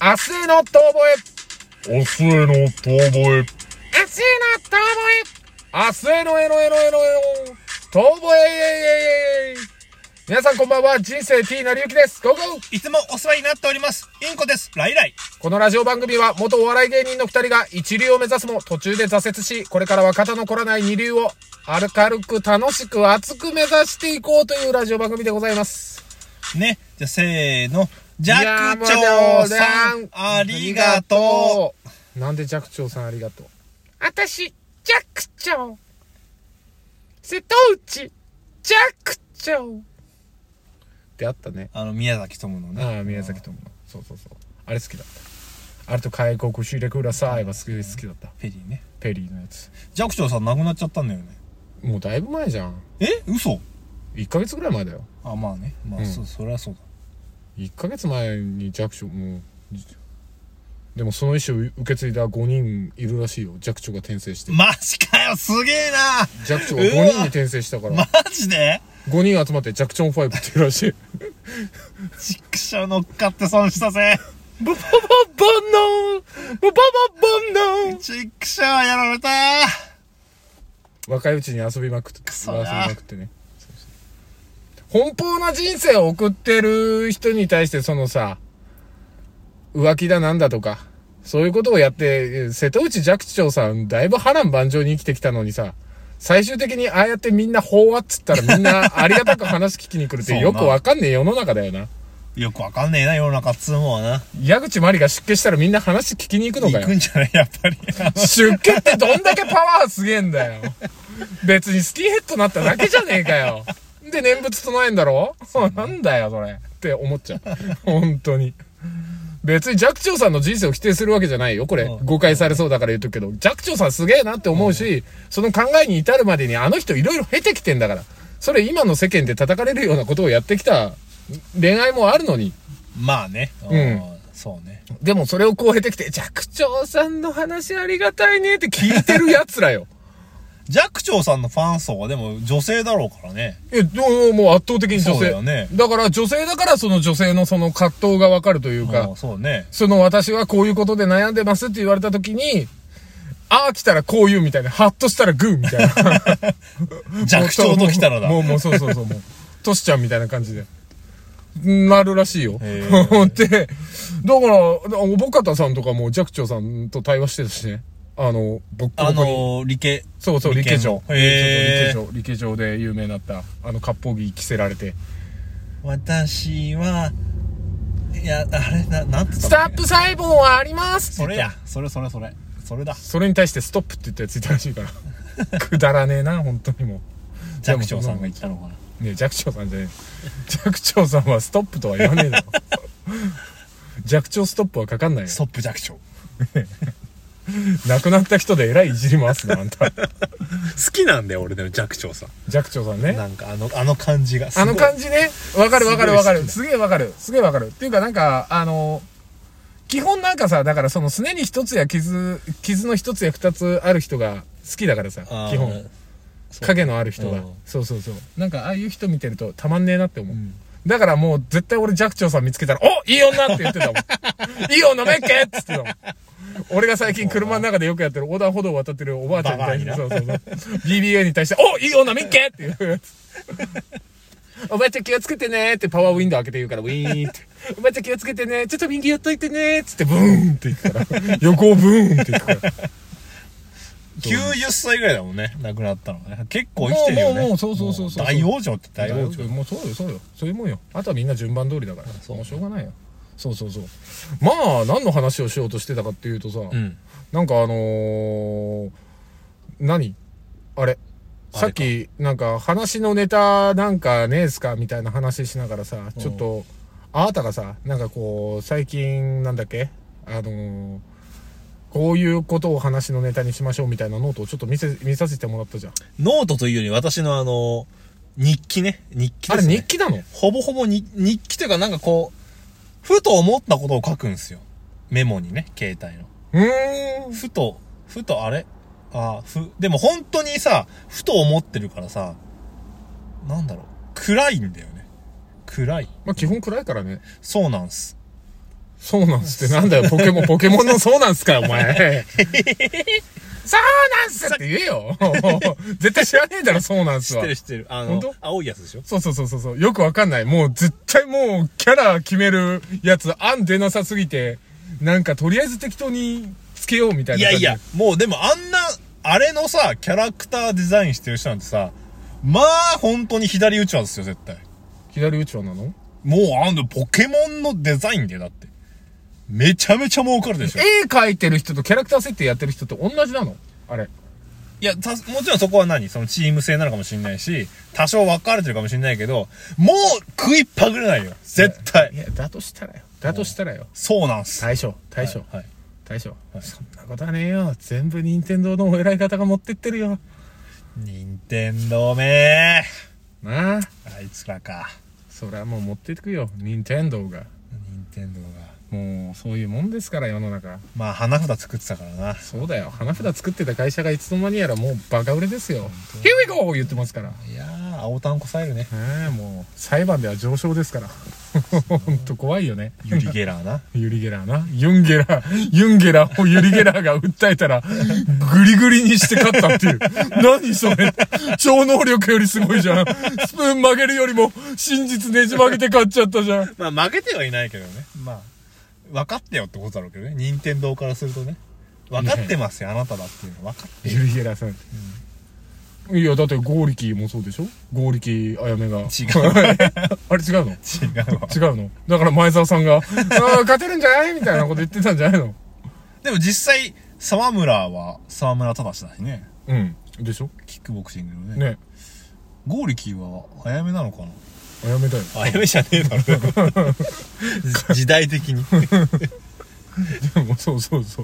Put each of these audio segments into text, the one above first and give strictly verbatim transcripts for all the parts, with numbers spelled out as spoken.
明日への遠吠え。 明日への遠吠え。 明日への遠吠え。明日へのエロエロエロエロ。遠吠え。皆さんこんばんは。人生 T なりゆきです。ゴーゴー。 いつもお世話になっております。インコです。ライライ。 このラジオ番組は元お笑い芸人の二人が一流を目指すも途中で挫折し、これからは肩の凝らない二流を明るく楽しく熱く目指していこうというラジオ番組でございます。 ね。じゃあせーの。寂聴さん、ありがとう。なんで寂聴さんありがとう。私、寂聴。瀬戸内、寂聴。ってあったね。 あの、宮崎智のね。 ああ、宮崎智の。そうそうそう。あれ好きだった。あれと開国してくださいは好き好きだった。 ペリーね。 ペリーのやつ。 寂聴さん亡くなっちゃったんだよね。 もうだいぶ前じゃん。 え嘘 ? いっかげつぐらい前だよ。 あ、まあね。まあ、うん、そ、そりゃそうだ。 いっかげつまえに寂聴、もう、でもその意思を受け継いだごにんいるらしいよ。寂聴が転生して。 マジかよ、すげえな。 寂聴がごにんに転生したから。 マジで ? ごにん集まって寂聴ファイブっていうらしい。 ちくしょう乗っかって損したぜ。 ボボボボンノボボボボンノちくしょうやられた。 若いうちに遊びまくって、 くそ遊びまくってね。奔放な人生を送ってる人に対してそのさ、浮気だなんだとか、そういうことをやって、瀬戸内寂聴さんだいぶ波乱万丈に生きてきたのにさ、最終的にああやってみんな法話っつったらみんなありがたく話聞きに来るってよくわかんねえ世の中だよな。 よくわかんねえな、世の中っつうもんはな。 矢口まりが出家したらみんな話聞きに行くのかよ。 行くんじゃないやっぱり。 出家ってどんだけパワーすげえんだよ。別にスキンヘッドなっただけじゃねえかよ。で、念仏唱えんだろ、ね、なんだよ、それ。って思っちゃう。本当に。別に寂聴さんの人生を否定するわけじゃないよ、これ。誤解されそうだから言うとくけど、寂聴さんすげえなって思うし、その考えに至るまでにあの人いろいろ経てきてんだから。それ今の世間で叩かれるようなことをやってきた恋愛もあるのに。 まあね。 うん。 そうね。 でもそれをこう経てきて、寂聴さんの話ありがたいねって聞いてる奴らよ。 寂聴さんのファン層はでも女性だろうからね。 え、どうもう圧倒的に女性。 そうだよね。 だから女性だからその女性のその葛藤がわかるというか。 そうね。 その私はこういうことで悩んでますって言われた時に、ああ来たらこう言うみたいな、ハッとしたらグーみたいな。 寂聴と来たらだ。 もうもうそうそうそう、もう。トシちゃんみたいな感じで。なるらしいよ。で、だから、おぼかたさんとかも寂聴さんと対話してたしね。あの、僕あのー、理系。 そうそう、理系上。 へ理系上、理系上で有名になった、あの、割烹着着せられて。 私は、いや、あれ、な、なんて言ったスタップ細胞はありますそれや。それそれそれ。それだ。 それに対してストップって言ったやついたらしいから。くだらねえな、本当にもう。 寂聴さんが言ったのかな。 ねえ、寂聴さんじゃねえ。寂聴さんはストップとは言わねえだろ。寂聴ストップはかかんないよ。 ストップ寂聴。 亡くなった人でえらいいじり回すな、あんた。好きなんだよ、俺でも寂聴さん。 寂聴さんね。 なんかあの、あの感じが。 あの感じね。わかるわかるわかる。すげえわかる。すげえわかる。っていうかなんか、あの、基本なんかさ、だからそのすねに一つや傷、傷の一つや二つある人が好きだからさ、基本。影のある人が。そうそうそう。なんかああいう人見てるとたまんねえなって思う。うん、だからもう絶対俺寂聴さん見つけたら、おいい女って言ってたもん。いい女めっけって言ってたもん。俺が最近車の中でよくやってる横断歩道を渡ってるおばあちゃんに対して、そうそうそう。ビービーエー に対して、おいい女見っけっていうやつ。おばあちゃん気をつけてねってパワーウィンドウ開けて言うから、ウィーンって。おばあちゃん気をつけてね、ちょっと右寄っといてねつってブーンっていくから。横をブーンっていくから。 きゅうじゅっさいぐらいだもんね、亡くなったのね。結構生きてるよね。 もうもうそうそうそうそう。 大往生って大往生。 もうそうよそうよ。そういうもんよ。あとはみんな順番通りだから。そう。もうしょうがないよ。そうそうそう。まあ、何の話をしようとしてたかっていうとさ、うん、なんかあのー、何あれさっき、なんか話のネタなんかねえすかみたいな話しながらさ、ちょっと、あなたがさ、なんかこう、最近なんだっけあのー、こういうことを話のネタにしましょうみたいなノートをちょっと見せ、見させてもらったじゃん。 ノートというより私のあの、日記ね。日記ですね。 あれ日記なの？ ほぼほぼに日記というかなんかこう、ふと思ったことを書くんすよ。メモにね、携帯の。 うーん。 ふと、ふとあれあふ、でも本当にさ、ふと思ってるからさ、なんだろう、暗いんだよね。暗い。 まあ基本暗いからね。 そうなんす。 そうなんすってなんだよ、ポケモン、ポケモンのそうなんすかよ、お前。そうなんすって言えよ。絶対知らねえだろ、そうなんすわ。 知ってる知ってる。あの、 本当？ 青いやつでしょ？ そうそうそうそうそう。よくわかんない。もう絶対もうキャラ決めるやつ、案出なさすぎて、なんかとりあえず適当につけようみたいな。 いやいや、もうでもあんな、あれのさ、キャラクターデザインしてる人なんてさ、まあ、本当に左打ちはですよ、絶対。 左打ちはなの？ もう、あの、ポケモンのデザインでだって。めちゃめちゃ儲かるでしょ。 絵描いてる人とキャラクター設定やってる人って同じなの？あれ。 いや、た、もちろんそこは何そのチーム制なのかもしれないし、多少分かれてるかもしれないけど、もう食いっぱぐれないよ。絶対。 いや、だとしたらよ。だとしたらよ。 そうなんす。 大将、大将。 はい。はい、 大将、はい。そんなことはねえよ。全部任天堂のお偉い方が持ってってるよ。 任天堂めー。 なあ。 あいつらか。 そりゃもう持っていくよ。任天堂が。 任天堂が。 もう、そういうもんですから、世の中。 まあ、花札作ってたからな。 そうだよ。花札作ってた会社がいつの間にやらもうバカ売れですよ。Here we go! 言ってますから。 いやー、青タンこさえるね。 ええ、もう、裁判では上昇ですから。ほんと怖いよね。 ユリゲラーな。 ユリゲラーな。ユンゲラー、ユンゲラーをユリゲラーが訴えたら、グリグリにして勝ったっていう。何それ。超能力よりすごいじゃん。スプーン曲げるよりも、真実ねじ曲げて勝っちゃったじゃん。 まあ、負けてはいないけどね。まあ。分かってよってことだろうけどね。任天堂からするとね。分かってますよ、ね、あなただっていうの分かってる。 ユリゲラーさん。うん、いや、だって、ゴーリキもそうでしょ？ゴーリキあやめが。違う。あれ違うの？ 違うわ。 違うの？だから前澤さんが、ああ、勝てるんじゃないみたいなこと言ってたんじゃないの？ でも実際、沢村は沢村忠だしね。 うん。でしょ？ キックボクシングのね。 ね。 ゴーリキは、あやめなのかな？ あやめだよ。 あやめじゃねえだろ。時代的に。 でも、そうそうそう。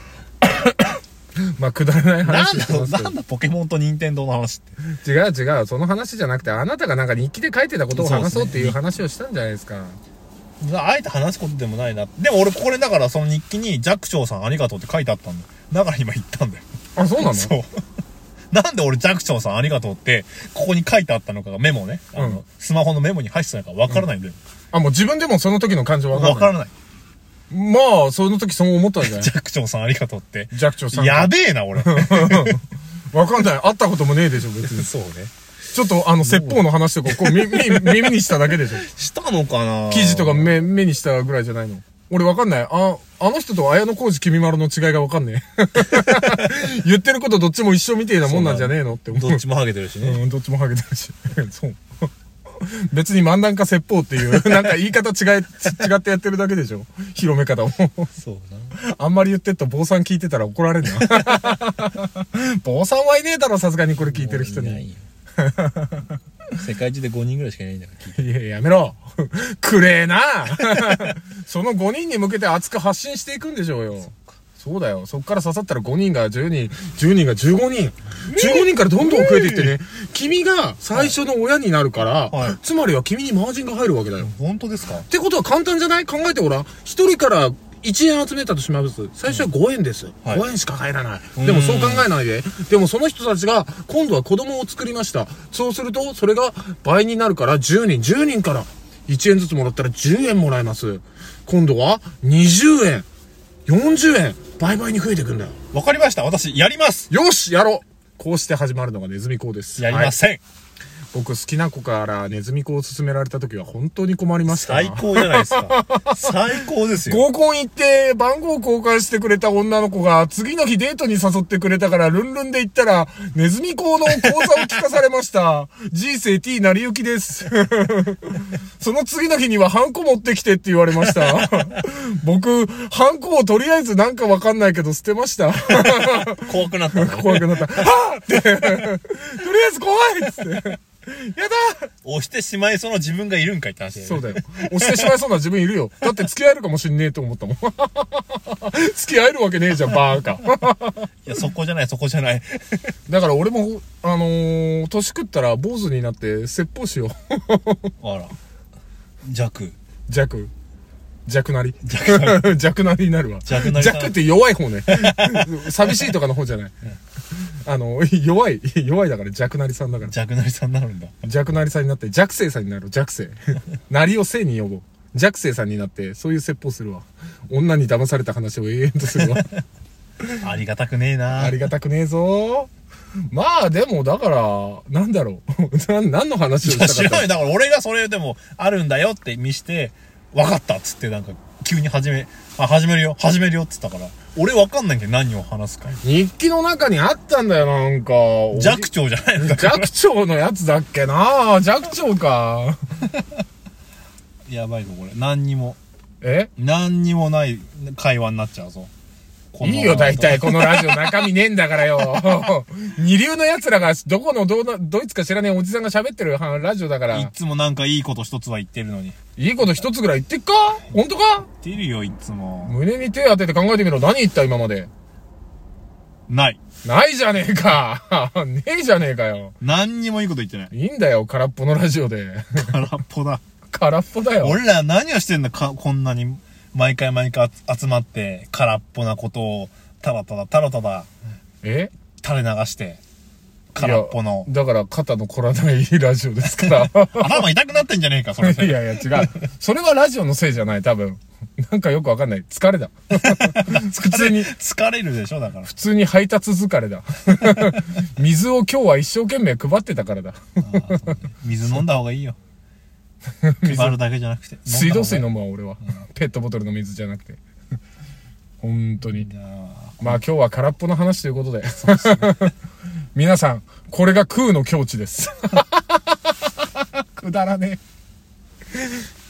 まあ、くだらない話なんだ、なんだポケモンと任天堂の話って。違う違う、その話じゃなくて、あなたがなんか日記で書いてたことを話そうっていう話をしたんじゃないですか。 あえて話すことでもないな。でも俺これだからその日記に寂聴さんありがとうって書いてあったんだよ。だから今言ったんだよ。 あ、そうなの？ そう。なんで俺寂聴さんありがとうってここに書いてあったのかがメモね。あの、うん、スマホのメモに入ってたのか分からないんだよ。 うん、あ、もう自分でもその時の感情分からない。 分からない。 まあ、その時そう思ったんじゃない？ 寂聴さんありがとうって。 寂聴さん。 やべえな、俺。 わかんない。会ったこともねえでしょ、別に。 そうね。 ちょっと、あの、説法の話とか、こう、耳、耳にしただけでしょ。 したのかな？ 記事とか目、目にしたぐらいじゃないの？俺わかんない。あ、あの人と綾小路きみまろの違いがわかんねえ。言ってることどっちも一緒みてえなもんなんじゃねえのって思う。 どっちもハゲてるしね。 うん、どっちもハゲてるし。そう。別に漫談家説法っていう、なんか言い方違い、違ってやってるだけでしょ。広め方を。 そうな。 あんまり言ってっと坊さん聞いてたら怒られるな。坊さんはいねえだろ、さすがにこれ聞いてる人に。いないよ。 世界中でごにんぐらいしかいないんだから聞いて。 いや、やめろ。くれえな。そのごにんに向けて熱く発信していくんでしょうよ。そうだよ。そっから刺さったらごにんがじゅうにん、じゅうにんがじゅうごにん。じゅうごにんからどんどん増えていってね。君が最初の親になるから、はい、つまりは君にマージンが入るわけだよ。 本当ですか？ ってことは簡単じゃない？考えてごらん。一人からいちえん集めたとします。最初はごえんです。うん、ごえんしか入らない。でもそう考えないで。でもその人たちが今度は子供を作りました。そうすると、それが倍になるからじゅうにん、じゅうにんからいちえんずつもらったらじゅうえんもらえます。今度はにじゅうえん、よんじゅうえん、倍々に増えていくんだよ。 わかりました。私、やります。 よし、やろう。こうして始まるのがネズミ講です。 やりません。はい、 僕好きな子からネズミ講を勧められた時は本当に困りました。 最高じゃないですか。最高ですよ。 合コン行って番号交換してくれた女の子が次の日デートに誘ってくれたからルンルンで行ったらネズミ講の講座を聞かされました。人生 T 成り行きです。その次の日にはハンコ持ってきてって言われました。僕、ハンコをとりあえずなんかわかんないけど捨てました。 怖くなった、ね。 怖くなった。はぁって。とりあえず怖いっつって。やだ押してしまいそうな自分がいるんかいって話だよね。 そうだよ。押してしまいそうな自分いるよ。だって付き合えるかもしんねえと思ったもん。付き合えるわけねえじゃん、バーカ。 いや、そこじゃない、そこじゃない。 だから俺も、あのー、年食ったら坊主になって説法しよう。 あら。弱。 弱。弱なり弱なり。弱なりになるわ。 弱なり。 弱って弱い方ね。寂しいとかの方じゃない。あの、弱い、弱いだから弱なりさんだから。 弱なりさんになるんだ。 弱なりさんになって弱生さんになる、弱生。なりを生に呼ぼう。 弱生さんになって、そういう説法するわ。女に騙された話を永遠とするわ。 ありがたくねえな。 ありがたくねえぞ。まあでもだからなんだろうな何の話をしたかった。 知らない。だから俺がそれでもあるんだよって見して分かったっつってなんか急に始めあ始めるよ始めるよっつったから俺分かんないけど何を話すか。 日記の中にあったんだよなんか。 寂聴じゃないのか。 寂聴のやつだっけな。寂聴か。 やばいぞこれ何にもえ何にもない会話になっちゃうぞ。 いいよ、大体。このラジオ中身ねえんだからよ。二流の奴らが、どこのど、ドイツか知らねえおじさんが喋ってるラジオだから。 いつもなんかいいこと一つは言ってるのに。 いいこと一つぐらい言ってっか？本当か？ 言ってるよ、いつも。 胸に手当てて考えてみろ。何言った今まで。 ない。 ないじゃねえか。ねえじゃねえかよ。 何にもいいこと言ってない。 いいんだよ、空っぽのラジオで。 空っぽだ。 空っぽだよ。 俺ら何をしてんだか、こんなに。毎回毎回集まって、空っぽなことを、ただただ、ただただ、 え垂れ流して、空っぽの。 だから肩の凝らないラジオですから。 頭痛くなってんじゃねえか、それ。 いやいや、違う。それはラジオのせいじゃない、多分。なんかよくわかんない。疲れだ。普通に。 疲れるでしょ、だから。 普通に配達疲れだ。水を今日は一生懸命配ってたからだ。 水飲んだ方がいいよ。配るだけじゃなくて水道水飲むわ俺は、うん、ペットボトルの水じゃなくて本当に。まあ今日は空っぽの話ということで、ね、皆さんこれが空の境地です。くだらねえ。